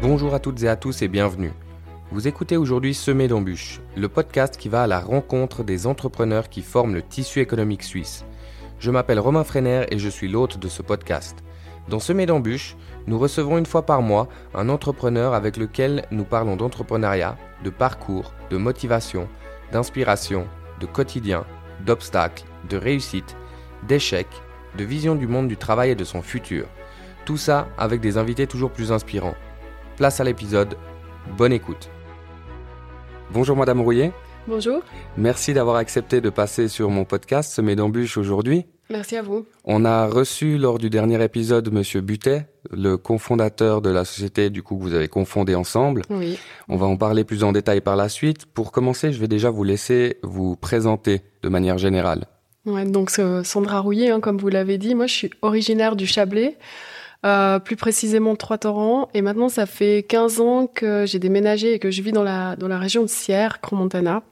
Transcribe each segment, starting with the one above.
Bonjour à toutes et à tous et bienvenue. Vous écoutez aujourd'hui Semé d'embûches, le podcast qui va à la rencontre des entrepreneurs qui forment le tissu économique suisse. Je m'appelle Romain Frenner et je suis l'hôte de ce podcast. Dans Semé d'embûches, nous recevons une fois par mois un entrepreneur avec lequel nous parlons d'entrepreneuriat, de parcours, de motivation, d'inspiration, de quotidien, d'obstacles, de réussite, d'échecs, de vision du monde du travail et de son futur. Tout ça avec des invités toujours plus inspirants. Place à l'épisode, bonne écoute. Bonjour Madame Rouillet. Bonjour. Merci d'avoir accepté de passer sur mon podcast Semé d'embûches aujourd'hui. Merci à vous. On a reçu lors du dernier épisode Monsieur Butet, le cofondateur de la société du coup que vous avez confondé ensemble. Oui. On va en parler plus en détail par la suite. Pour commencer, je vais déjà vous laisser vous présenter de manière générale. Ouais, donc Sandra Rouillet, comme vous l'avez dit, moi je suis originaire du Chablais, plus précisément de Trois-Torrents, et maintenant ça fait 15 ans que j'ai déménagé et que je vis dans la région de Sierre, Crans-Montana.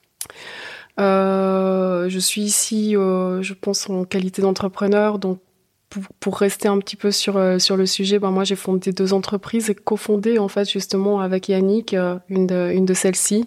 Je suis ici, je pense, en qualité d'entrepreneur. Donc, pour rester un petit peu sur le sujet, moi, j'ai fondé 2 entreprises et cofondé, en fait, justement, avec Yannick, une de celles-ci.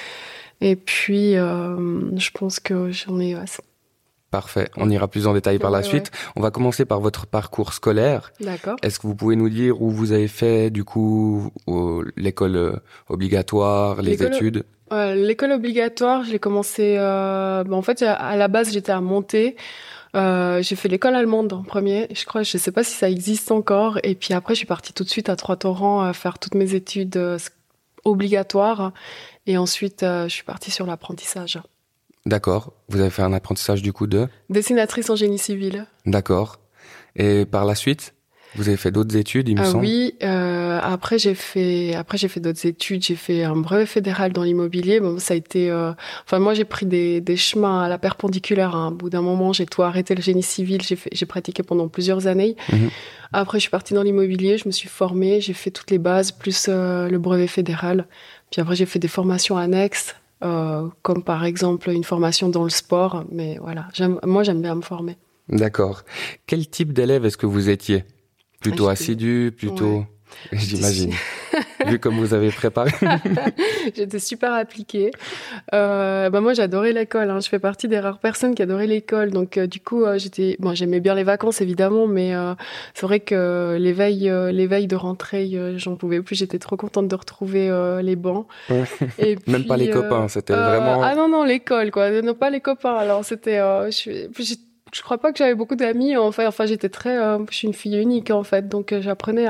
Et puis, je pense que j'en ai assez. Parfait. On ira plus en détail par la suite. Ouais. On va commencer par votre parcours scolaire. D'accord. Est-ce que vous pouvez nous dire où vous avez fait, du coup, l'école obligatoire, les études? L'école obligatoire, je l'ai commencé... en fait, à la base, j'étais à Monté. J'ai fait l'école allemande en premier. Je sais pas si ça existe encore. Et puis après, je suis partie tout de suite à Trois-Torrents à faire toutes mes études obligatoires. Et ensuite, je suis partie sur l'apprentissage. D'accord. Vous avez fait un apprentissage du coup de... Dessinatrice en génie civil. D'accord. Et par la suite, vous avez fait d'autres études, il me semble? Oui. Après j'ai fait d'autres études. J'ai fait un brevet fédéral dans l'immobilier. Bon, ça a été. Moi, j'ai pris des chemins à la perpendiculaire. Au bout d'un moment, j'ai tout arrêté le génie civil. J'ai pratiqué pendant plusieurs années. Mmh. Après, je suis partie dans l'immobilier. Je me suis formée. J'ai fait toutes les bases plus le brevet fédéral. Puis après, j'ai fait des formations annexes. Comme par exemple une formation dans le sport, mais voilà, j'aime bien me former. D'accord. Quel type d'élève est-ce que vous étiez? Plutôt assidu, plutôt... Ouais. J'imagine. Vu comme vous avez préparé. J'étais super appliquée. Moi, j'adorais l'école. Je fais partie des rares personnes qui adoraient l'école. Donc, du coup, j'aimais bien les vacances, évidemment, mais c'est vrai que les veilles de rentrée, j'en pouvais plus. J'étais trop contente de retrouver les bancs. Et puis, même pas les copains, c'était vraiment... Ah non, l'école, quoi. Non, pas les copains. Alors, c'était... Je crois pas que j'avais beaucoup d'amis. Enfin, j'étais je suis une fille unique, en fait. Donc, j'apprenais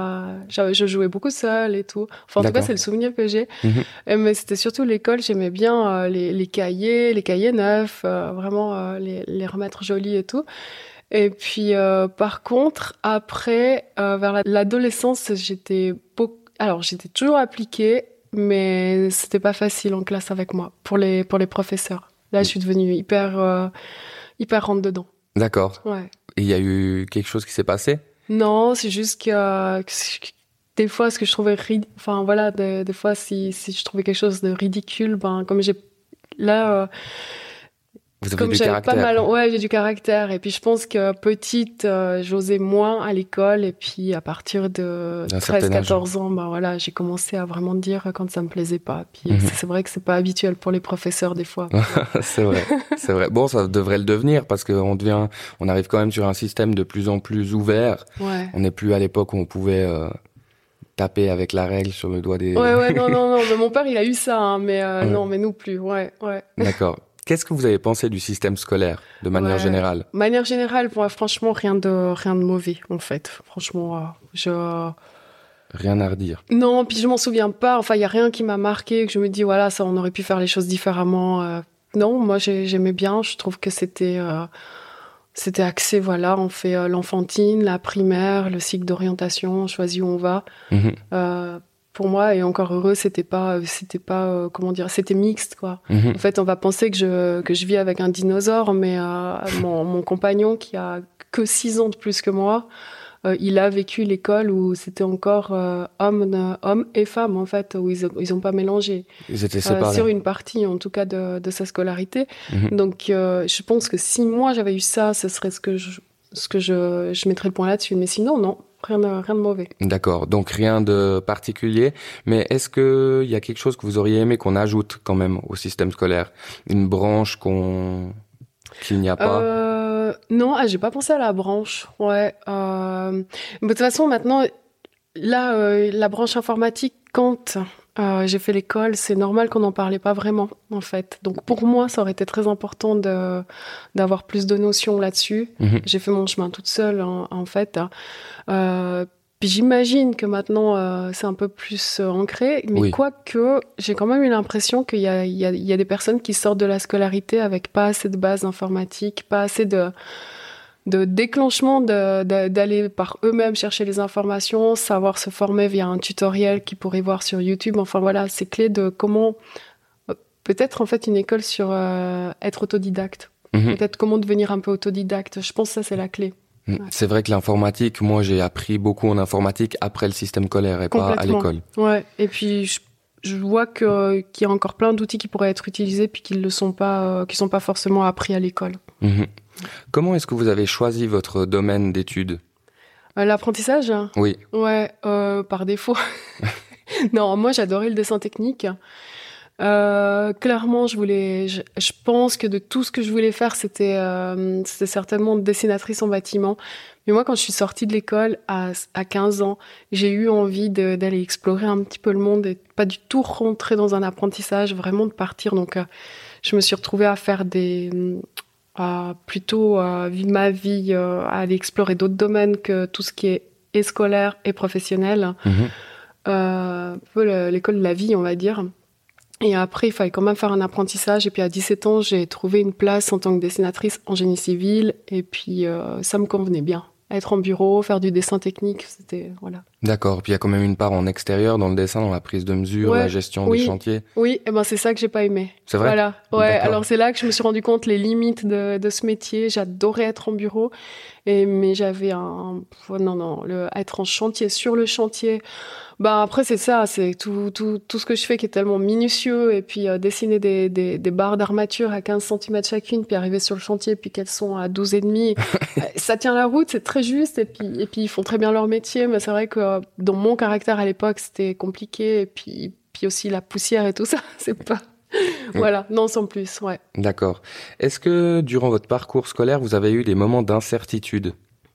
je jouais beaucoup seule et tout. Enfin, en tout cas, c'est le souvenir que j'ai. Mm-hmm. Mais c'était surtout l'école. J'aimais bien les cahiers neufs, vraiment les remettre jolis et tout. Et puis, par contre, après, vers l'adolescence, j'étais toujours appliquée, mais c'était pas facile en classe avec moi, pour les professeurs. Là, je suis devenue hyper rentre dedans. D'accord. Ouais. Et il y a eu quelque chose qui s'est passé? Non, c'est juste que des fois, ce que je trouvais des fois, si je trouvais quelque chose de ridicule, comme j'ai là. Vous avez du caractère. J'ai du caractère. Et puis, je pense que petite, j'osais moins à l'école. Et puis, à partir de 13-14 ans, j'ai commencé à vraiment dire quand ça me plaisait pas. Puis, c'est vrai que c'est pas habituel pour les professeurs, des fois. C'est vrai. Bon, ça devrait le devenir parce qu'on arrive quand même sur un système de plus en plus ouvert. Ouais. On n'est plus à l'époque où on pouvait taper avec la règle sur le doigt des... Non. Mais mon père, il a eu ça, non, mais nous plus. Ouais. D'accord. Qu'est-ce que vous avez pensé du système scolaire, de manière générale? De manière générale, franchement, rien de mauvais, en fait. Franchement, Rien à redire. Non, puis je m'en souviens pas. Enfin, il y a rien qui m'a marqué, que je me dis, voilà, ça, on aurait pu faire les choses différemment. Non, moi, j'aimais bien. Je trouve que c'était axé, voilà, on fait l'enfantine, la primaire, le cycle d'orientation, on choisit où on va. Pour moi, et encore heureux, c'était pas comment dire, c'était mixte, quoi. En fait, on va penser que je vis avec un dinosaure, mais mon compagnon qui a que 6 ans de plus que moi, il a vécu l'école où c'était encore hommes et femmes, en fait, où ils ont pas mélangé. Ils étaient séparés. Sur une partie, en tout cas, de sa scolarité. Donc, je pense que si moi j'avais eu ça, ce serait ce que je mettrais le point là-dessus. Mais sinon, non. rien de mauvais. D'accord, donc rien de particulier, mais est-ce que il y a quelque chose que vous auriez aimé qu'on ajoute quand même au système scolaire? Une branche qu'il n'y a pas? Non, j'ai pas pensé à la branche. Ouais. Mais de toute façon, maintenant, là, la branche informatique, quand j'ai fait l'école, c'est normal qu'on n'en parlait pas vraiment, en fait. Donc pour moi, ça aurait été très important d'avoir plus de notions là-dessus. J'ai fait mon chemin toute seule, en fait. Puis j'imagine que maintenant, c'est un peu plus ancré, mais Oui. quoique, j'ai quand même eu l'impression qu'il y a des personnes qui sortent de la scolarité avec pas assez de base informatique, pas assez de déclenchement d'aller par eux-mêmes chercher les informations, savoir se former via un tutoriel qu'ils pourraient voir sur YouTube. Enfin voilà, c'est clé de comment peut-être en fait une école sur être autodidacte. Peut-être comment devenir un peu autodidacte. Je pense que ça c'est la clé. Ouais. C'est vrai que l'informatique, moi j'ai appris beaucoup en informatique après le système scolaire et pas à l'école. Ouais, et puis je vois qu'il y a encore plein d'outils qui pourraient être utilisés puis qui sont pas forcément appris à l'école. Comment est-ce que vous avez choisi votre domaine d'études? L'apprentissage? Oui. Ouais, par défaut. Non, moi j'adorais le dessin technique. Clairement, je pense que de tout ce que je voulais faire, c'était certainement dessinatrice en bâtiment. Mais moi, quand je suis sortie de l'école à 15 ans, j'ai eu envie d'aller explorer un petit peu le monde et pas du tout rentrer dans un apprentissage, vraiment de partir. Donc, je me suis retrouvée à faire plutôt vivre ma vie, à aller explorer d'autres domaines que tout ce qui est scolaire et professionnel. Un peu l'école de la vie, on va dire. Et après, il fallait quand même faire un apprentissage. Et puis à 17 ans, j'ai trouvé une place en tant que dessinatrice en génie civil. Et puis ça me convenait bien. Être en bureau, faire du dessin technique, c'était... voilà. D'accord. Puis il y a quand même une part en extérieur dans le dessin, dans la prise de mesure, la gestion des chantiers. Oui, et ben c'est ça que j'ai pas aimé. C'est vrai? Voilà. Ouais, D'accord. alors c'est là que je me suis rendu compte les limites de ce métier. J'adorais être en bureau. Mais j'avais être en chantier, sur le chantier... Bah après c'est ça, c'est tout ce que je fais qui est tellement minutieux et puis dessiner des barres d'armature à 15 cm chacune puis arriver sur le chantier puis qu'elles sont à 12 et demi, ça tient la route, c'est très juste et puis ils font très bien leur métier, mais c'est vrai que dans mon caractère à l'époque c'était compliqué et puis aussi la poussière et tout ça, c'est pas voilà, non sans plus, ouais. D'accord. Est-ce que durant votre parcours scolaire, vous avez eu des moments d'incertitude?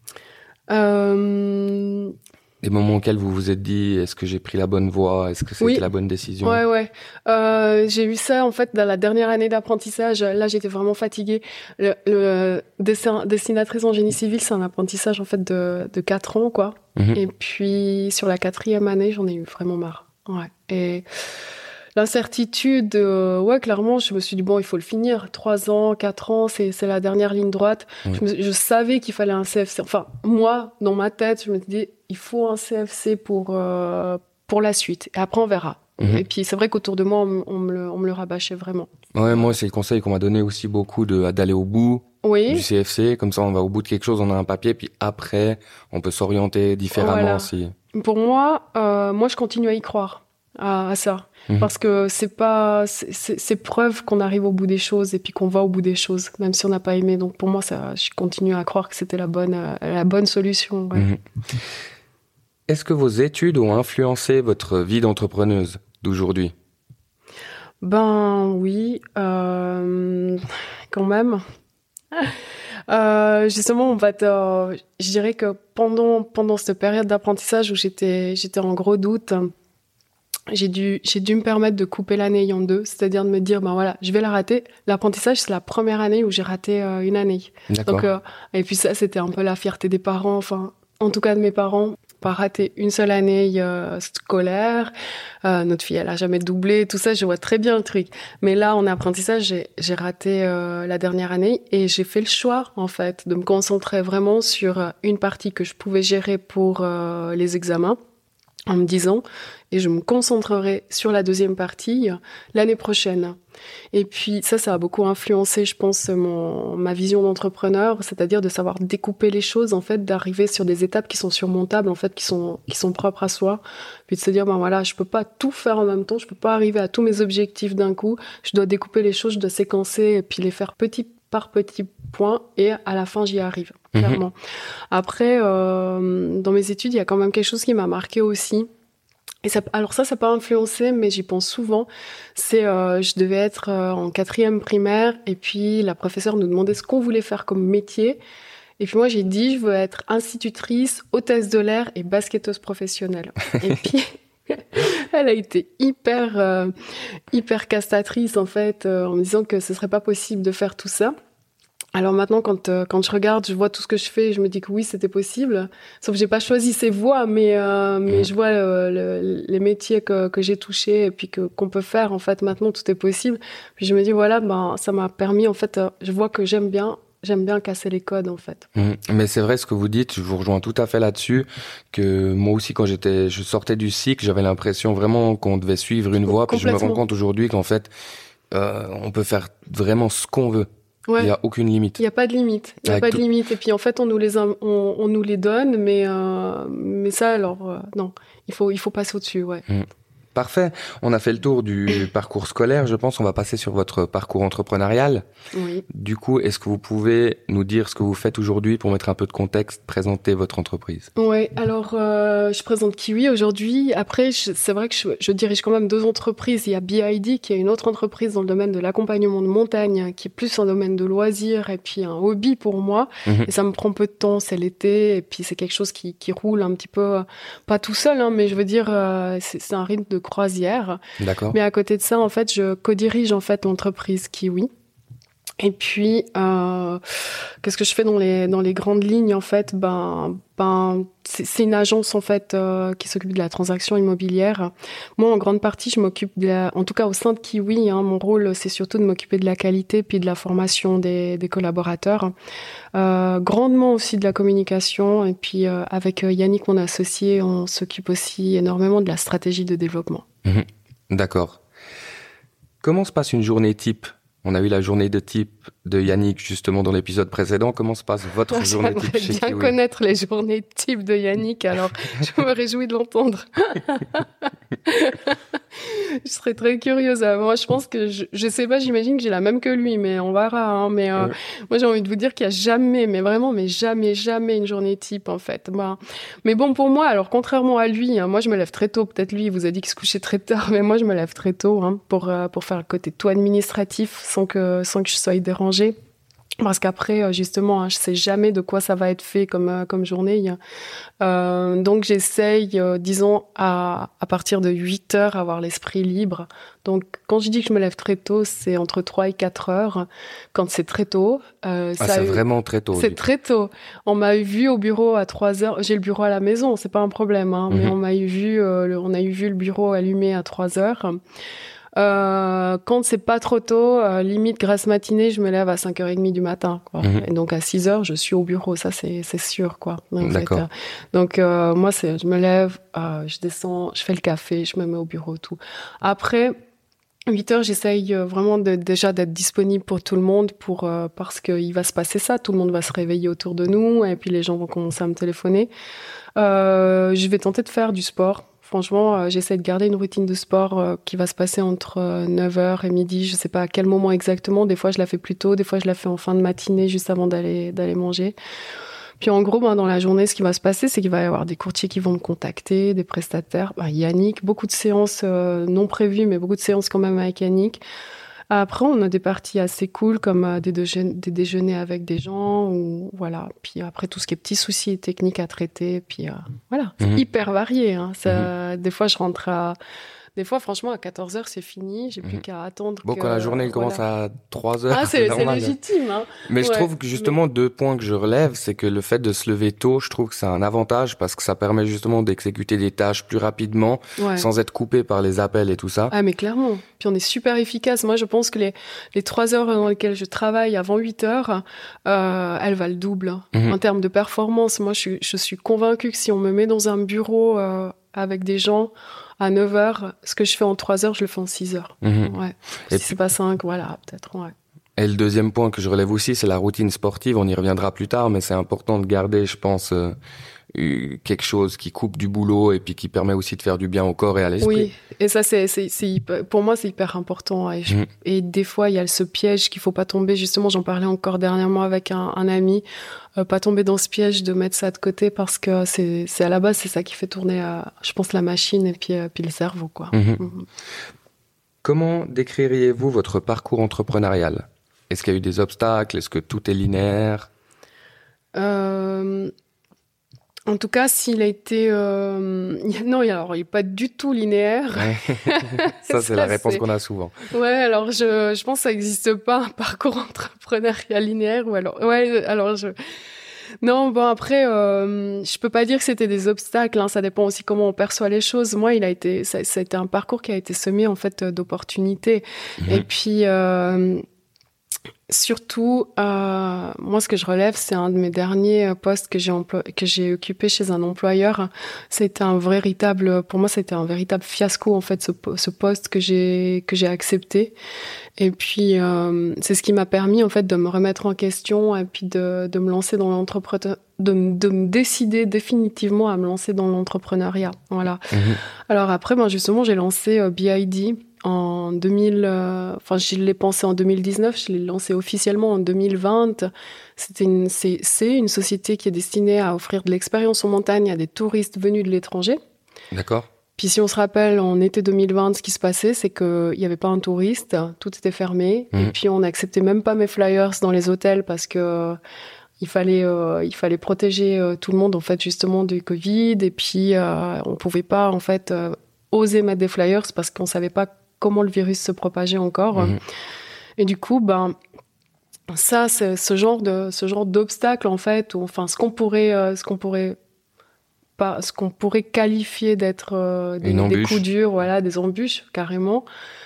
Des moments auxquels vous vous êtes dit, est-ce que j'ai pris la bonne voie? Est-ce que c'était la bonne décision? Ouais. J'ai eu ça, en fait, dans la dernière année d'apprentissage. Là, j'étais vraiment fatiguée. Le dessinatrice en génie civil, c'est un apprentissage, en fait, de 4 ans, quoi. Et puis, sur la 4e année, j'en ai eu vraiment marre. Ouais. Et l'incertitude, clairement, je me suis dit, bon, il faut le finir. 3 ans, 4 ans, c'est la dernière ligne droite. Je savais qu'il fallait un CFC. Enfin, moi, dans ma tête, je me dis, il faut un CFC pour la suite. Et après, on verra. Et puis, c'est vrai qu'autour de moi, on me le rabâchait vraiment. Ouais, moi, c'est le conseil qu'on m'a donné aussi beaucoup d'aller au bout du CFC. Comme ça, on va au bout de quelque chose, on a un papier, puis après, on peut s'orienter différemment. Voilà. Pour moi, je continue à y croire. À ça, parce que c'est preuve qu'on arrive au bout des choses et puis qu'on va au bout des choses, même si on n'a pas aimé. Donc pour moi, je continue à croire que c'était la bonne solution. Ouais. Est-ce que vos études ont influencé votre vie d'entrepreneuse d'aujourd'hui? Ben oui, quand même. Justement, en fait, je dirais que pendant cette période d'apprentissage où j'étais en gros doute, j'ai dû me permettre de couper l'année en deux, c'est-à-dire de me dire, ben voilà, je vais la rater. L'apprentissage, c'est la première année où j'ai raté une année. D'accord. Donc, et puis ça, c'était un peu la fierté des parents, enfin, en tout cas de mes parents, pas rater une seule année scolaire. Notre fille, elle a jamais doublé, tout ça, je vois très bien le truc. Mais là, en apprentissage, j'ai raté la dernière année et j'ai fait le choix, en fait, de me concentrer vraiment sur une partie que je pouvais gérer pour les examens, en me disant, et je me concentrerai sur la deuxième partie l'année prochaine. Et puis ça a beaucoup influencé, je pense, ma vision d'entrepreneur, c'est-à-dire de savoir découper les choses, en fait, d'arriver sur des étapes qui sont surmontables, en fait, qui sont propres à soi, puis de se dire, ben voilà, je peux pas tout faire en même temps, je peux pas arriver à tous mes objectifs d'un coup, je dois découper les choses, je dois séquencer, et puis les faire petit par petit point, et à la fin, j'y arrive. clairement. Après, dans mes études, il y a quand même quelque chose qui m'a marqué aussi. Et ça n'a pas influencé, mais j'y pense souvent. C'est, je devais être en 4e primaire, et puis la professeure nous demandait ce qu'on voulait faire comme métier. Et puis moi, j'ai dit, je veux être institutrice, hôtesse de l'air et basketteuse professionnelle. Et puis, elle a été hyper castratrice, en fait, en me disant que ce serait pas possible de faire tout ça. Alors maintenant, quand je regarde, je vois tout ce que je fais, et je me dis que oui, c'était possible. Sauf que j'ai pas choisi ces voies, mais je vois les métiers que j'ai touchés et puis qu'on peut faire. En fait, maintenant, tout est possible. Puis je me dis, voilà, ça m'a permis, en fait, je vois que j'aime bien casser les codes, en fait. Mais c'est vrai ce que vous dites, je vous rejoins tout à fait là-dessus, que moi aussi, quand je sortais du cycle, j'avais l'impression vraiment qu'on devait suivre une voie, puis je me rends compte aujourd'hui qu'en fait, on peut faire vraiment ce qu'on veut. Ouais. Il n'y a aucune limite. Il n'y a pas de limite. Et puis, en fait, on nous les donne, mais ça, alors, non. Il faut passer au-dessus, ouais. Parfait. On a fait le tour du parcours scolaire. Je pense qu'on va passer sur votre parcours entrepreneurial. Oui. Du coup, est-ce que vous pouvez nous dire ce que vous faites aujourd'hui pour mettre un peu de contexte, présenter votre entreprise? Oui, alors je présente Kiwi aujourd'hui. Après, c'est vrai que je dirige quand même 2 entreprises. Il y a BID, qui est une autre entreprise dans le domaine de l'accompagnement de montagne, qui est plus un domaine de loisirs et puis un hobby pour moi. Et ça me prend peu de temps, c'est l'été. Et puis c'est quelque chose qui roule un petit peu, pas tout seul, hein, mais je veux dire, c'est un rythme de croisière. D'accord. Mais à côté de ça, en fait, je co-dirige en fait l'entreprise Kiwi. Et puis, qu'est-ce que je fais dans les grandes lignes, en fait? C'est une agence, en fait, qui s'occupe de la transaction immobilière. Moi, en grande partie, je m'occupe en tout cas au sein de Kiwi, hein, mon rôle, c'est surtout de m'occuper de la qualité puis de la formation des collaborateurs. Grandement aussi de la communication. Et puis, avec Yannick, mon associé, on s'occupe aussi énormément de la stratégie de développement. D'accord. Comment se passe une journée type? On a eu la journée de type de Yannick justement dans l'épisode précédent. Comment se passe votre journée type chez Kiwi? J'aimerais bien connaître les journées type de Yannick, alors je me réjouis de l'entendre. Je serais très curieuse. Moi, je pense que je sais pas, j'imagine que j'ai la même que lui, mais on verra. Hein. Mais moi, j'ai envie de vous dire qu'il y a jamais, mais vraiment, mais jamais une journée type en fait. Mais bon, pour moi, alors contrairement à lui, hein, moi, je me lève très tôt. Peut-être lui, il vous a dit qu'il se couchait très tard, mais moi, je me lève très tôt hein, pour faire le côté tout administratif sans que je sois dérangée. Parce qu'après, justement, je sais jamais de quoi ça va être fait comme journée. Donc, j'essaye, disons, à partir de 8 heures, avoir l'esprit libre. Donc, quand je dis que je me lève très tôt, c'est entre 3 et 4 heures. Quand c'est très tôt. C'est vraiment très tôt. C'est très tôt. On m'a vu au bureau à 3 heures. J'ai le bureau à la maison, c'est pas un problème. Hein, mais on a eu vu le bureau allumé à 3 heures. Quand c'est pas trop tôt, limite grasse matinée, je me lève à 5h30 du matin, quoi. Et donc à 6h, je suis au bureau, ça c'est sûr, quoi. D'accord. Donc moi je me lève, je descends, je fais le café, je me mets au bureau, tout. Après 8h, j'essaye vraiment déjà d'être disponible pour tout le monde parce qu'il va se passer ça, tout le monde va se réveiller autour de nous et puis les gens vont commencer à me téléphoner. Je vais tenter de faire du sport. Franchement, j'essaie de garder une routine de sport qui va se passer entre 9h et midi. Je sais pas à quel moment exactement. Des fois, je la fais plus tôt. Des fois, je la fais en fin de matinée, juste avant d'aller manger. Puis en gros, dans la journée, ce qui va se passer, c'est qu'il va y avoir des courtiers qui vont me contacter, des prestataires. Yannick, beaucoup de séances non prévues, mais beaucoup de séances quand même avec Yannick. Après, on a des parties assez cool, comme des déjeuners avec des gens, ou voilà. Puis après, tout ce qui est petits soucis et techniques à traiter. Puis voilà, c'est hyper varié. Hein. Des fois, je rentre Des fois, franchement, à 14h, c'est fini. J'ai plus qu'à attendre. Bon, quand la journée commence à 3h. Ah, c'est légitime. Hein. Mais je trouve que justement, 2 points que je relève, c'est que le fait de se lever tôt, je trouve que c'est un avantage parce que ça permet justement d'exécuter des tâches plus rapidement, sans être coupé par les appels et tout ça. Ah, mais clairement. Puis on est super efficace. Moi, je pense que les 3 heures dans lesquelles je travaille avant 8h, elles valent le double. En termes de performance, moi, je suis convaincue que si on me met dans un bureau avec des gens à 9h, ce que je fais en 3 heures, je le fais en 6 heures. Ouais. Et si c'est pas 5, voilà, peut-être, ouais. Et le deuxième point que je relève aussi, c'est la routine sportive. On y reviendra plus tard, mais c'est important de garder, je pense, quelque chose qui coupe du boulot et puis qui permet aussi de faire du bien au corps et à l'esprit. Oui, et ça, pour moi, c'est hyper important. Et des fois, il y a ce piège qu'il faut pas tomber. Justement, j'en parlais encore dernièrement avec un ami. Pas tomber dans ce piège de mettre ça de côté parce que c'est à la base, c'est ça qui fait tourner, je pense, la machine et puis le cerveau, quoi. Comment décririez-vous votre parcours entrepreneurial ? Est-ce qu'il y a eu des obstacles ? Est-ce que tout est linéaire ? En tout cas, s'il a été... Non, alors, il n'est pas du tout linéaire. Ça, c'est la réponse qu'on a souvent. Ouais, alors je pense que ça n'existe pas, un parcours entrepreneurial linéaire. Ou alors... Ouais, alors Non, bon, après, je peux pas dire que c'était des obstacles, hein, ça dépend aussi comment on perçoit les choses. Moi, ça a été un parcours qui a été semé, en fait, d'opportunités. Et puis... Surtout, moi, ce que je relève, c'est un de mes derniers postes que j'ai occupé chez un employeur. Pour moi, c'était un véritable fiasco, en fait, ce poste que j'ai accepté. Et puis, c'est ce qui m'a permis, en fait, de me remettre en question et puis de me lancer dans l'entrepreneuriat, de me décider définitivement à me lancer dans l'entrepreneuriat. Voilà. Alors après, justement, j'ai lancé BID en 2000, je l'ai pensé en 2019, je l'ai lancé officiellement en 2020. C'est une société qui est destinée à offrir de l'expérience en montagne à des touristes venus de l'étranger. D'accord. Puis si on se rappelle, en été 2020, ce qui se passait, c'est qu'il n'y avait pas un touriste, tout était fermé. Et puis on n'acceptait même pas mes flyers dans les hôtels parce que il fallait protéger tout le monde, en fait, justement, du Covid. Et puis on pouvait pas, en fait, oser mettre des flyers parce qu'on savait pas comment le virus se propageait encore. Et du coup, ça, c'est ce genre d'obstacle, en fait, ou enfin, ce qu'on pourrait qualifier d'être des coups durs, voilà, des embûches, carrément.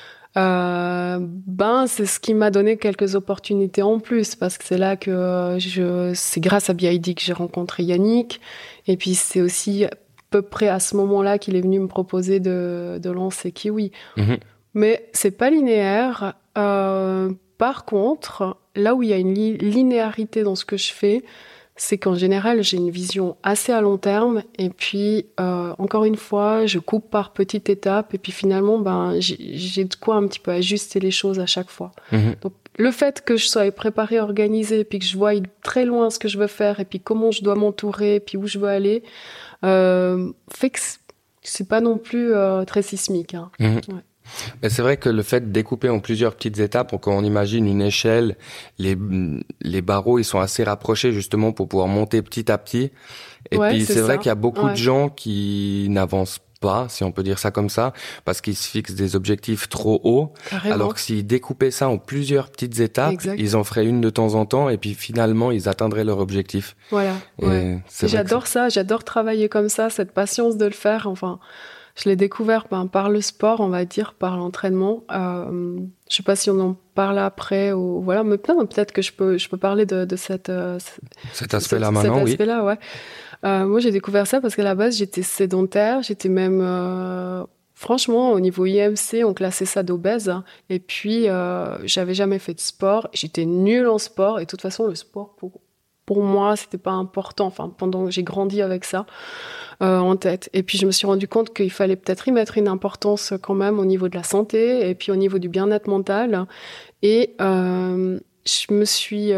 C'est ce qui m'a donné quelques opportunités en plus, parce que c'est là que c'est grâce à BID que j'ai rencontré Yannick. Et puis, c'est aussi à peu près à ce moment-là qu'il est venu me proposer de lancer Kiwi. Mais c'est pas linéaire. Par contre, là où il y a une linéarité dans ce que je fais, c'est qu'en général, j'ai une vision assez à long terme. Et puis, encore une fois, je coupe par petites étapes. Et puis finalement, j'ai de quoi un petit peu ajuster les choses à chaque fois. Donc, le fait que je sois préparée, organisée, et puis que je voie très loin ce que je veux faire, et puis comment je dois m'entourer, et puis où je veux aller, fait que c'est pas non plus très sismique. Hein. Ouais. Mais c'est vrai que le fait de découper en plusieurs petites étapes, quand on imagine une échelle, les barreaux, ils sont assez rapprochés justement pour pouvoir monter petit à petit. Et puis c'est vrai qu'il y a beaucoup de gens qui n'avancent pas, si on peut dire ça comme ça, parce qu'ils se fixent des objectifs trop hauts. Carrément. Alors que s'ils découpaient ça en plusieurs petites étapes, ils en feraient une de temps en temps et puis finalement ils atteindraient leur objectif. Voilà. J'adore ça, j'adore travailler comme ça, cette patience de le faire. Enfin, je l'ai découvert par le sport, on va dire, par l'entraînement. Je sais pas si on en parle après ou voilà, mais peut-être que je peux parler de cet aspect-là maintenant. Cet aspect-là, ouais. Moi, j'ai découvert ça parce qu'à la base, j'étais sédentaire, j'étais même franchement, au niveau IMC, on classait ça d'obèse. Hein. Et puis, j'avais jamais fait de sport. J'étais nulle en sport. Et de toute façon, le sport, pour moi, c'était pas important. Enfin, pendant que j'ai grandi avec ça en tête. Et puis, je me suis rendu compte qu'il fallait peut-être y mettre une importance quand même au niveau de la santé et puis au niveau du bien-être mental. Et je me suis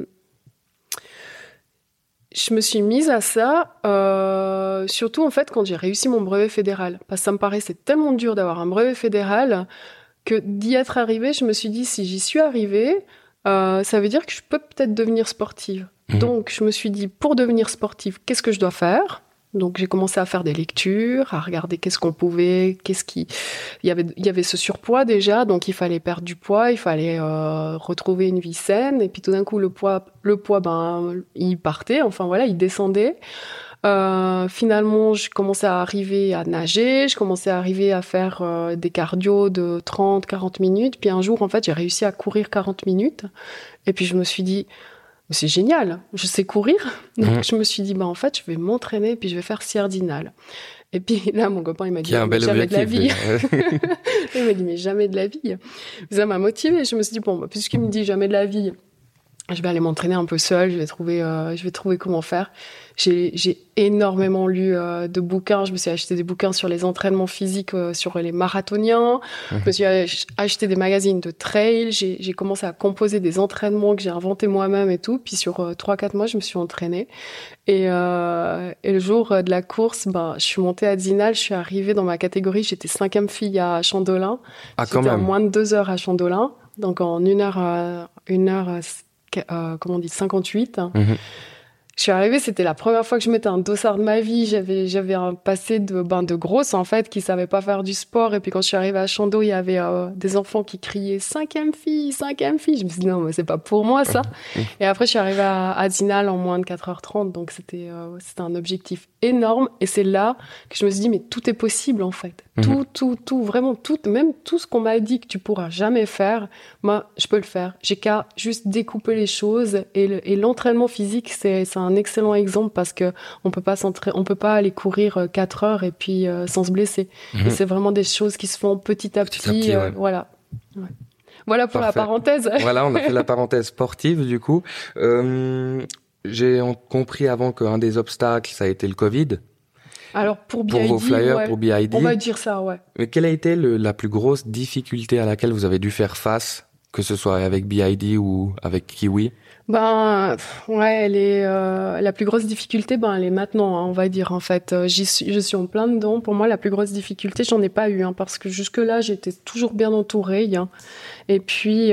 mise à ça, surtout en fait quand j'ai réussi mon brevet fédéral. Parce que ça me paraissait tellement dur d'avoir un brevet fédéral que d'y être arrivée, je me suis dit si j'y suis arrivée, ça veut dire que je peux peut-être devenir sportive. Donc je me suis dit pour devenir sportive, qu'est-ce que je dois faire ? Donc j'ai commencé à faire des lectures, à regarder qu'est-ce qu'on pouvait, il y avait ce surpoids déjà, donc il fallait perdre du poids, il fallait retrouver une vie saine, et puis tout d'un coup le poids il partait, enfin voilà, il descendait. Finalement, je commençais à arriver à nager, je commençais à arriver à faire des cardio de 30-40 minutes, puis un jour en fait j'ai réussi à courir 40 minutes, et puis je me suis dit c'est génial, je sais courir. Donc je me suis dit, en fait, je vais m'entraîner et puis je vais faire Ciardinal. Et puis là, mon copain, il m'a dit, mais jamais de la vie. Il m'a dit, mais jamais de la vie. Ça m'a motivée. Je me suis dit, puisqu'il me dit jamais de la vie, je vais aller m'entraîner un peu seule, je vais trouver comment faire. J'ai énormément lu de bouquins. Je me suis acheté des bouquins sur les entraînements physiques, sur les marathoniens. Je me suis acheté des magazines de trail. J'ai commencé à composer des entraînements que j'ai inventés moi-même et tout. Puis sur 3-4 mois, je me suis entraînée. Et le jour de la course, je suis montée à Zinal. Je suis arrivée dans ma catégorie. J'étais 5e fille à Chandolin. Ah, quand J'étais en même. moins de 2 heures à Chandolin. Donc en 1 heure, comment on dit, 58. Mhm. Je suis arrivée, c'était la première fois que je mettais un dossard de ma vie. J'avais un passé de grosse, en fait, qui savait pas faire du sport. Et puis, quand je suis arrivée à Chando, il y avait des enfants qui criaient 5e fille, 5e fille. Je me suis dit, non, mais c'est pas pour moi, ça. Et après, je suis arrivée à Zinal en moins de 4h30. Donc, c'était un objectif énorme. Et c'est là que je me suis dit, mais tout est possible, en fait. Tout, vraiment tout, même tout ce qu'on m'a dit que tu pourras jamais faire, moi, je peux le faire. J'ai qu'à juste découper les choses. Et l'entraînement physique, c'est un excellent exemple parce que on peut pas aller courir 4 heures et puis sans se blesser. Et c'est vraiment des choses qui se font petit à petit. Ouais. Voilà. Ouais. Voilà pour Parfait. la parenthèse. Voilà, on a fait la parenthèse sportive du coup. J'ai compris avant qu'un des obstacles, ça a été le Covid. Alors pour BID, pour vos flyers, ouais, pour BID. On va dire ça, ouais. Mais quelle a été la plus grosse difficulté à laquelle vous avez dû faire face, que ce soit avec BID ou avec Kiwi? Ouais, elle est la plus grosse difficulté, elle est maintenant, hein, on va dire en fait. Je suis en plein dedans. Pour moi, la plus grosse difficulté, j'en ai pas eu, hein, parce que jusque là, j'étais toujours bien entourée. Hein, et puis,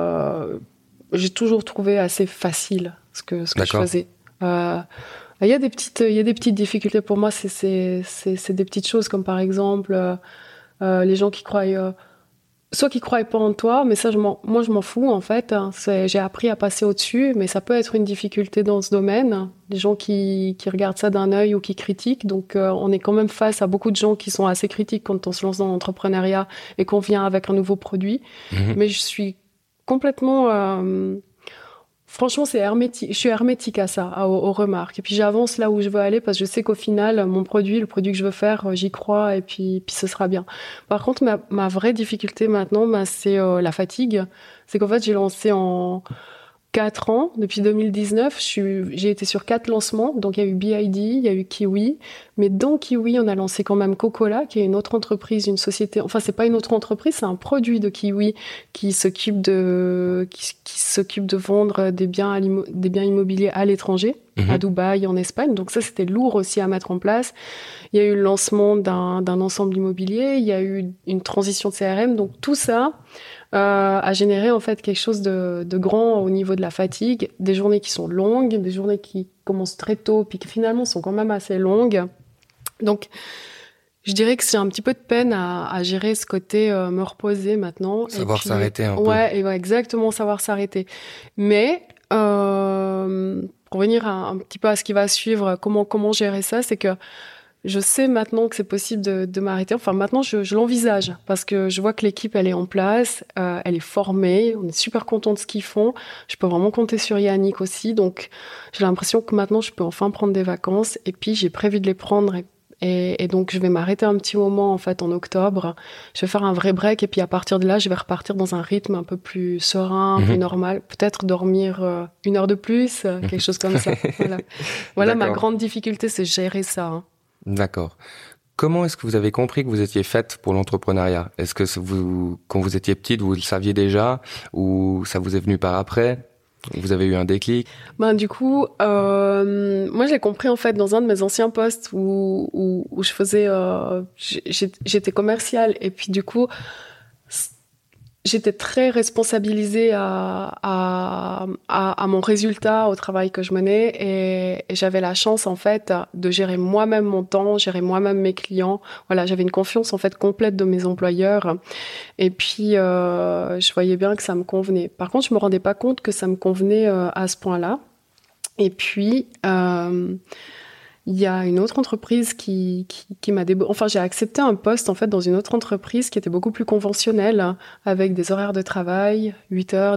j'ai toujours trouvé assez facile ce que je faisais. Il y a des petites difficultés pour moi. C'est des petites choses comme par exemple les gens qui croient. Soit qui croient pas en toi, mais ça, moi, je m'en fous, en fait. J'ai appris à passer au-dessus, mais ça peut être une difficulté dans ce domaine. Les gens qui regardent ça d'un œil ou qui critiquent. Donc, on est quand même face à beaucoup de gens qui sont assez critiques quand on se lance dans l'entrepreneuriat et qu'on vient avec un nouveau produit. Mais je suis complètement... Franchement, c'est hermétique. Je suis hermétique à ça, aux remarques. Et puis j'avance là où je veux aller parce que je sais qu'au final, le produit que je veux faire, j'y crois et puis ce sera bien. Par contre, ma vraie difficulté maintenant, c'est la fatigue. C'est qu'en fait, j'ai lancé en 4 ans, depuis 2019, j'ai été sur 4 lancements. Donc, il y a eu BID, il y a eu Kiwi. Mais dans Kiwi, on a lancé quand même Cocola, qui est une autre entreprise, une société. Enfin, c'est pas une autre entreprise, c'est un produit de Kiwi qui s'occupe de vendre des biens immobiliers à l'étranger, à Dubaï, en Espagne. Donc, ça, c'était lourd aussi à mettre en place. Il y a eu le lancement d'un ensemble immobilier. Il y a eu une transition de CRM. Donc, tout ça a généré en fait quelque chose de grand au niveau de la fatigue, des journées qui sont longues, des journées qui commencent très tôt puis qui finalement sont quand même assez longues. Donc je dirais que c'est un petit peu de peine à gérer ce côté me reposer maintenant. Savoir s'arrêter un peu. Ouais, exactement, savoir s'arrêter. Mais pour revenir un petit peu à ce qui va suivre, comment gérer ça, c'est que je sais maintenant que c'est possible de m'arrêter. Enfin, maintenant, je l'envisage parce que je vois que l'équipe, elle est en place, elle est formée, on est super content de ce qu'ils font. Je peux vraiment compter sur Yannick aussi. Donc, j'ai l'impression que maintenant, je peux enfin prendre des vacances et puis j'ai prévu de les prendre. Et donc, je vais m'arrêter un petit moment, en fait, en octobre. Je vais faire un vrai break et puis à partir de là, je vais repartir dans un rythme un peu plus serein, un peu normal. Peut-être dormir 1 heure de plus, quelque chose comme ça. Voilà ma grande difficulté, c'est gérer ça. Hein. D'accord. Comment est-ce que vous avez compris que vous étiez faite pour l'entrepreneuriat? Est-ce que quand vous étiez petite, vous le saviez déjà ou ça vous est venu par après? Vous avez eu un déclic? Du coup, moi, je l'ai compris en fait dans un de mes anciens postes où je faisais, j'étais commerciale et puis du coup, j'étais très responsabilisée à mon résultat, au travail que je menais et j'avais la chance en fait de gérer moi-même mon temps, gérer moi-même mes clients. Voilà, j'avais une confiance en fait complète de mes employeurs et puis je voyais bien que ça me convenait. Par contre, je me rendais pas compte que ça me convenait à ce point-là. Et puis il y a une autre entreprise qui m'a Enfin, j'ai accepté un poste, en fait, dans une autre entreprise qui était beaucoup plus conventionnelle, avec des horaires de travail, 8h,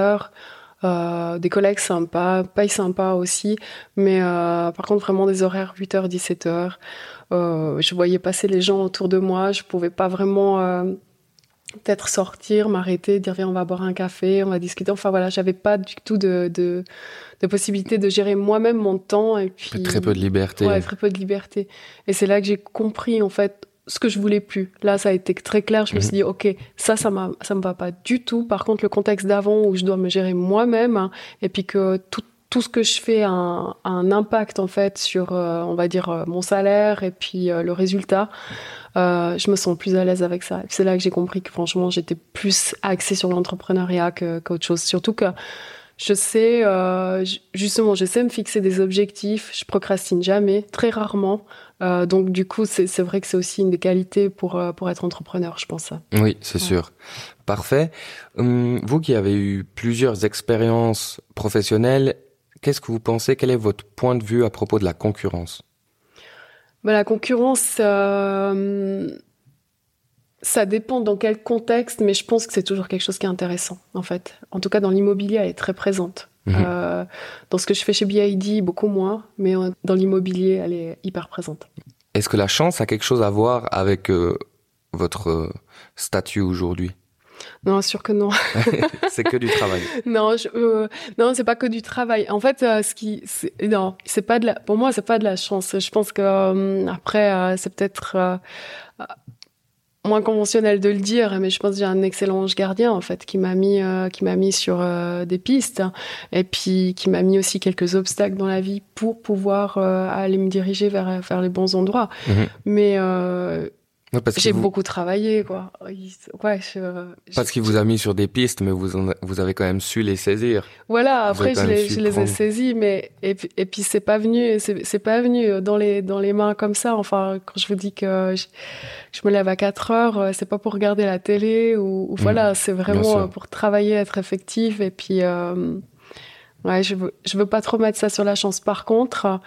17h, des collègues sympas, paye sympa aussi, mais par contre, vraiment des horaires 8h, 17h. Je voyais passer les gens autour de moi, je pouvais pas vraiment peut-être sortir, m'arrêter, dire viens, on va boire un café, on va discuter. Enfin voilà, j'avais pas du tout de possibilité de gérer moi-même mon temps et puis Très peu de liberté. Ouais, très peu de liberté. Et c'est là que j'ai compris en fait ce que je voulais plus. Là, ça a été très clair. Je me suis dit ok, ça me va pas du tout. Par contre, le contexte d'avant où je dois me gérer moi-même hein, et puis que tout ce que je fais a un impact en fait sur, on va dire, mon salaire et puis le résultat. Je me sens plus à l'aise avec ça. Et c'est là que j'ai compris que franchement, j'étais plus axée sur l'entrepreneuriat qu'autre chose. Surtout que je sais, justement, je sais me fixer des objectifs. Je procrastine jamais, très rarement. Donc du coup, c'est vrai que c'est aussi une des qualités pour être entrepreneur, je pense. Oui, c'est sûr. Parfait. Vous qui avez eu plusieurs expériences professionnelles, qu'est-ce que vous pensez? Quel est votre point de vue à propos de la concurrence? La concurrence, ça dépend dans quel contexte, mais je pense que c'est toujours quelque chose qui est intéressant, en fait. En tout cas, dans l'immobilier, elle est très présente. Dans ce que je fais chez BID, beaucoup moins, mais dans l'immobilier, elle est hyper présente. Est-ce que la chance a quelque chose à voir avec votre statut aujourd'hui? Non, sûr que non. C'est que du travail. Non, non, c'est pas que du travail. En fait, non, c'est pas pour moi, c'est pas de la chance. Je pense que après, c'est peut-être moins conventionnel de le dire, mais je pense que j'ai un excellent ange gardien en fait qui m'a mis sur des pistes et puis qui m'a mis aussi quelques obstacles dans la vie pour pouvoir aller me diriger vers les bons endroits. Mais j'ai beaucoup travaillé, quoi. Ouais, parce qu'il vous a mis sur des pistes, mais vous avez quand même su les saisir. Voilà, après je les ai saisis, mais et puis c'est pas venu dans les mains comme ça. Enfin, quand je vous dis que je me lève à 4 heures, c'est pas pour regarder la télé ou voilà, c'est vraiment pour travailler, être effectif. Et puis ouais, je veux pas trop mettre ça sur la chance. Par contre,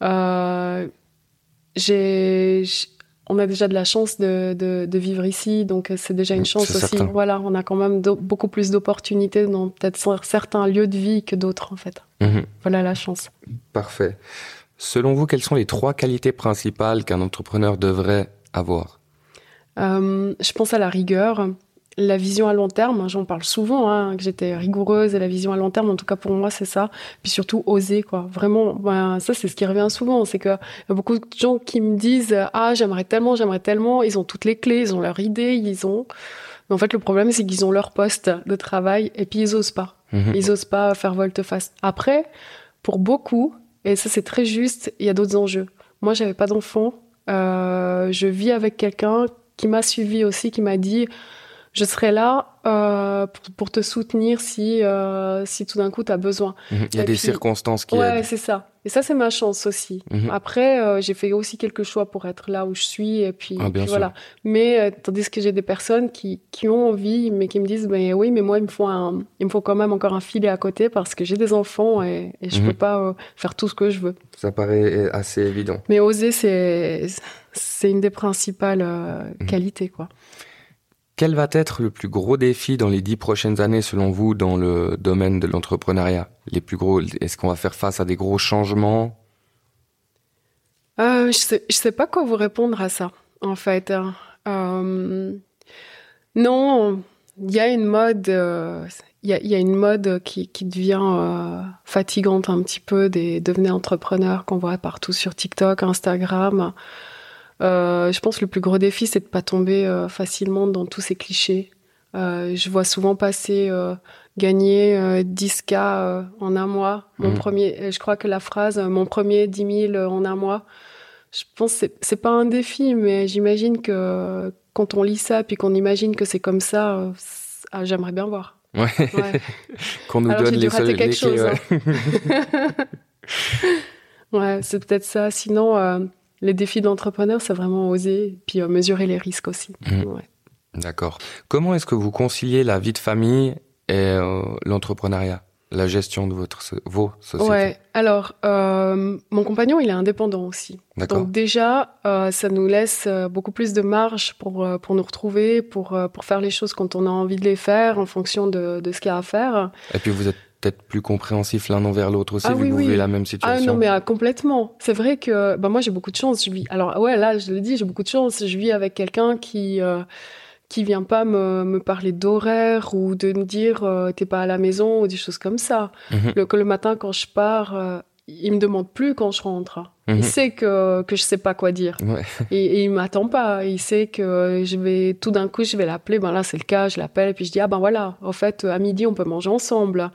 on a déjà de la chance de vivre ici, donc c'est déjà une chance aussi. Certain. Voilà, on a quand même beaucoup plus d'opportunités dans peut-être certains lieux de vie que d'autres, en fait. Voilà la chance. Parfait. Selon vous, quelles sont les 3 qualités principales qu'un entrepreneur devrait avoir? Je pense à la rigueur, la vision à long terme. J'en parle souvent, que j'étais rigoureuse, et la vision à long terme, en tout cas pour moi, c'est ça. Puis surtout, oser, quoi. Vraiment, ça, c'est ce qui revient souvent. C'est qu'il y a beaucoup de gens qui me disent « Ah, j'aimerais tellement. » Ils ont toutes les clés, ils ont leur idée, Mais en fait, le problème, c'est qu'ils ont leur poste de travail et puis ils osent pas. Ils osent pas faire volte-face. Après, pour beaucoup, et ça, c'est très juste, il y a d'autres enjeux. Moi, j'avais pas d'enfant. Je vis avec quelqu'un qui m'a suivi aussi, qui m'a dit je serai là pour te soutenir si tout d'un coup tu as besoin. Il y a des circonstances qui aident. Ouais, c'est ça. Et ça, c'est ma chance aussi. Après, j'ai fait aussi quelques choix pour être là où je suis. Et puis, voilà. Mais tandis que j'ai des personnes qui ont envie, mais qui me disent oui, mais moi, il me faut quand même encore un filet à côté parce que j'ai des enfants et je peux pas faire tout ce que je veux. Ça paraît assez évident. Mais oser, c'est une des principales qualités, quoi. Quel va être le plus gros défi dans les 10 prochaines années, selon vous, dans le domaine de l'entrepreneuriat? Les plus gros, est-ce qu'on va faire face à des gros changements? Je sais pas quoi vous répondre à ça, en fait. Non, il y a une mode, il y a une mode qui devient fatigante un petit peu des devenez entrepreneur qu'on voit partout sur TikTok, Instagram. Je pense que le plus gros défi, c'est de pas tomber facilement dans tous ces clichés. Je vois souvent passer gagner 10K en un mois. Je crois que la phrase mon premier 10 000 en un mois, je pense que c'est pas un défi, mais j'imagine que quand on lit ça puis qu'on imagine que c'est comme ça, j'aimerais bien voir. Ouais. Qu'on nous donne les seuls quelque chose. Ouais, c'est peut-être ça. Sinon. Les défis de l'entrepreneur, c'est vraiment oser, puis mesurer les risques aussi. Ouais. D'accord. Comment est-ce que vous conciliez la vie de famille et l'entrepreneuriat, la gestion de vos sociétés? Ouais. Alors, mon compagnon, il est indépendant aussi. D'accord. Donc déjà, ça nous laisse beaucoup plus de marge pour nous retrouver, pour faire les choses quand on a envie de les faire, en fonction de ce qu'il y a à faire. Et puis vous êtes peut-être plus compréhensif l'un envers l'autre aussi, vu que vous vivez la même situation. Ah non, mais complètement. C'est vrai que moi, j'ai beaucoup de chance. Alors ouais, là, je le dis, j'ai beaucoup de chance. Je vis avec quelqu'un qui qui vient pas me parler d'horaire ou de me dire t'es pas à la maison ou des choses comme ça. Le matin quand je pars, il me demande plus quand je rentre. Il sait que je sais pas quoi dire. Ouais. Et il m'attend pas. Il sait que tout d'un coup, je vais l'appeler. Ben là, c'est le cas. Je l'appelle et puis je dis, ah ben voilà, en fait, à midi, on peut manger ensemble.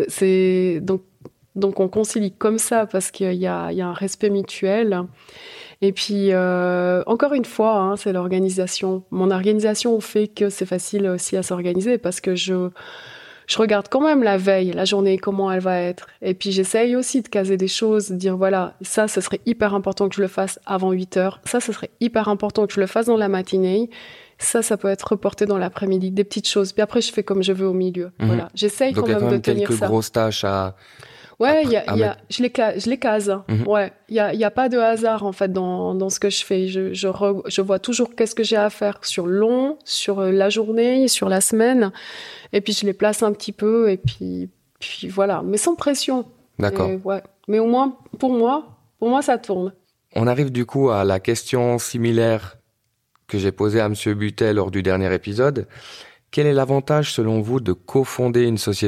Donc on concilie comme ça parce qu'il y a un respect mutuel. Et puis, encore une fois, hein, c'est l'organisation. Mon organisation fait que c'est facile aussi à s'organiser parce que je regarde quand même la veille, la journée, comment elle va être. Et puis, j'essaye aussi de caser des choses, de dire, voilà, ça serait hyper important que je le fasse avant 8 heures. Ça serait hyper important que je le fasse dans la matinée. Ça peut être reporté dans l'après-midi, des petites choses. Puis après, je fais comme je veux au milieu. Voilà. J'essaye quand même de tenir ça. Donc, il y a quand même quelques grosses tâches à... Ouais, je les case. Ouais, il y a pas de hasard en fait dans ce que je fais. Je vois toujours qu'est-ce que j'ai à faire sur la journée, sur la semaine, et puis je les place un petit peu et puis voilà, mais sans pression. D'accord. Ouais, mais au moins pour moi ça tourne. On arrive du coup à la question similaire que j'ai posée à Monsieur Butet lors du dernier épisode. Quel est l'avantage selon vous de cofonder une société ?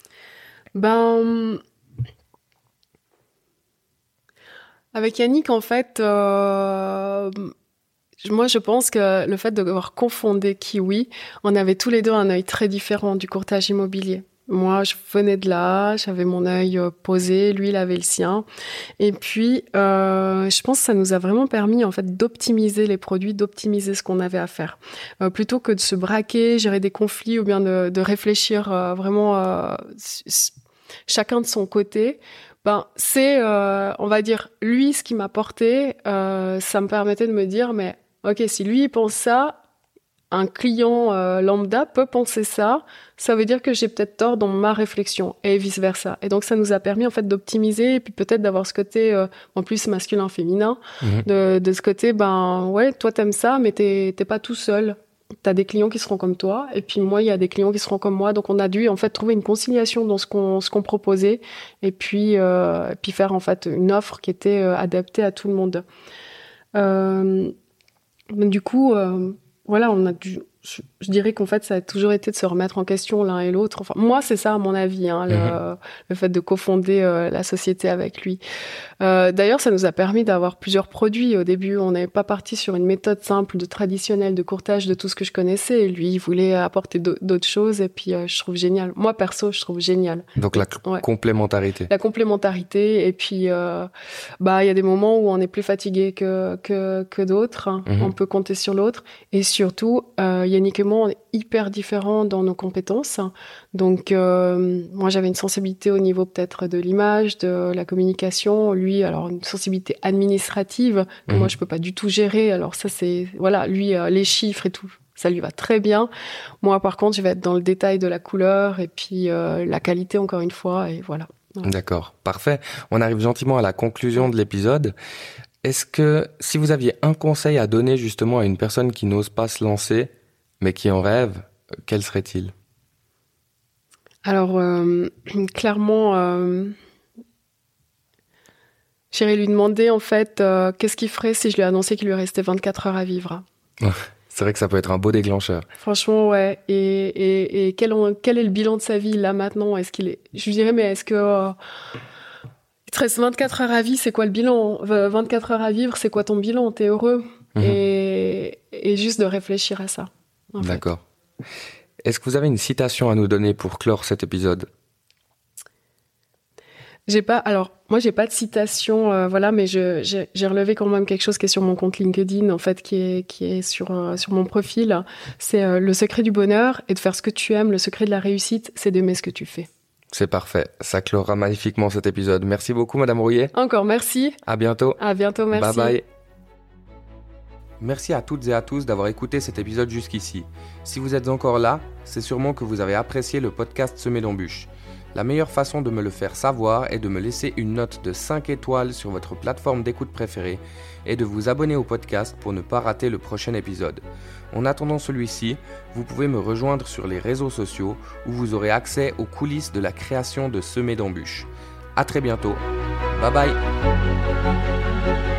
Avec Yannick, en fait, moi, je pense que le fait d'avoir confondé Kiwi, on avait tous les deux un œil très différent du courtage immobilier. Moi, je venais de là, j'avais mon œil posé, lui, il avait le sien. Et puis, je pense que ça nous a vraiment permis, en fait, d'optimiser les produits, d'optimiser ce qu'on avait à faire. Plutôt que de se braquer, gérer des conflits ou bien de réfléchir vraiment chacun de son côté. C'est, on va dire, lui, ce qui m'a porté, ça me permettait de me dire, mais ok, si lui, il pense ça, un client lambda peut penser ça, ça veut dire que j'ai peut-être tort dans ma réflexion, et vice-versa. Et donc, ça nous a permis, en fait, d'optimiser, et puis peut-être d'avoir ce côté, en plus, masculin-féminin, de ce côté, ouais, toi, t'aimes ça, mais t'es pas tout seul. T'as des clients qui seront comme toi, et puis moi, il y a des clients qui seront comme moi. Donc, on a dû en fait trouver une conciliation dans ce qu'on proposait, et puis faire en fait une offre qui était adaptée à tout le monde. Du coup, voilà, on a dû. Je dirais qu'en fait, ça a toujours été de se remettre en question l'un et l'autre. Enfin, moi, c'est ça, à mon avis, hein, le fait de cofonder la société avec lui. D'ailleurs, ça nous a permis d'avoir plusieurs produits. Au début, on n'avait pas parti sur une méthode simple, traditionnelle de courtage de tout ce que je connaissais. Lui, il voulait apporter d'autres choses, et puis je trouve génial. Moi, perso, je trouve génial. Donc, complémentarité. La complémentarité, et puis il y a des moments où on est plus fatigué que d'autres. Hein. On peut compter sur l'autre. Et surtout, Yannick et moi, on est hyper différents dans nos compétences. Donc, moi, j'avais une sensibilité au niveau peut-être de l'image, de la communication. Lui, alors, une sensibilité administrative que moi, je peux pas du tout gérer. Alors ça, c'est... Voilà, lui, les chiffres et tout, ça lui va très bien. Moi, par contre, je vais être dans le détail de la couleur et puis la qualité, encore une fois, et voilà. Ouais. D'accord, parfait. On arrive gentiment à la conclusion de l'épisode. Est-ce que, si vous aviez un conseil à donner justement à une personne qui n'ose pas se lancer, mais qui en rêve, quel serait-il ? Alors, clairement, j'irais lui demander, en fait, qu'est-ce qu'il ferait si je lui annonçais qu'il lui restait 24 heures à vivre. C'est vrai que ça peut être un beau déclencheur. Franchement, ouais. Et quel est le bilan de sa vie, là, maintenant ? Je lui dirais, mais est-ce que... il te reste 24 heures à vivre, c'est quoi le bilan ? 24 heures à vivre, c'est quoi ton bilan ? T'es heureux ? Et juste de réfléchir à ça. D'accord. Est-ce que vous avez une citation à nous donner pour clore cet épisode ? Moi, j'ai pas de citation, voilà, mais j'ai relevé quand même quelque chose qui est sur mon compte LinkedIn, en fait, qui est sur mon profil. C'est le secret du bonheur et de faire ce que tu aimes. Le secret de la réussite, c'est d'aimer ce que tu fais. C'est parfait. Ça clora magnifiquement cet épisode. Merci beaucoup, Madame Rouillet. Encore merci. À bientôt. À bientôt, merci. Bye bye. Merci à toutes et à tous d'avoir écouté cet épisode jusqu'ici. Si vous êtes encore là, c'est sûrement que vous avez apprécié le podcast Semé d'embûches. La meilleure façon de me le faire savoir est de me laisser une note de 5 étoiles sur votre plateforme d'écoute préférée et de vous abonner au podcast pour ne pas rater le prochain épisode. En attendant celui-ci, vous pouvez me rejoindre sur les réseaux sociaux où vous aurez accès aux coulisses de la création de Semé d'embûches. À très bientôt. Bye bye.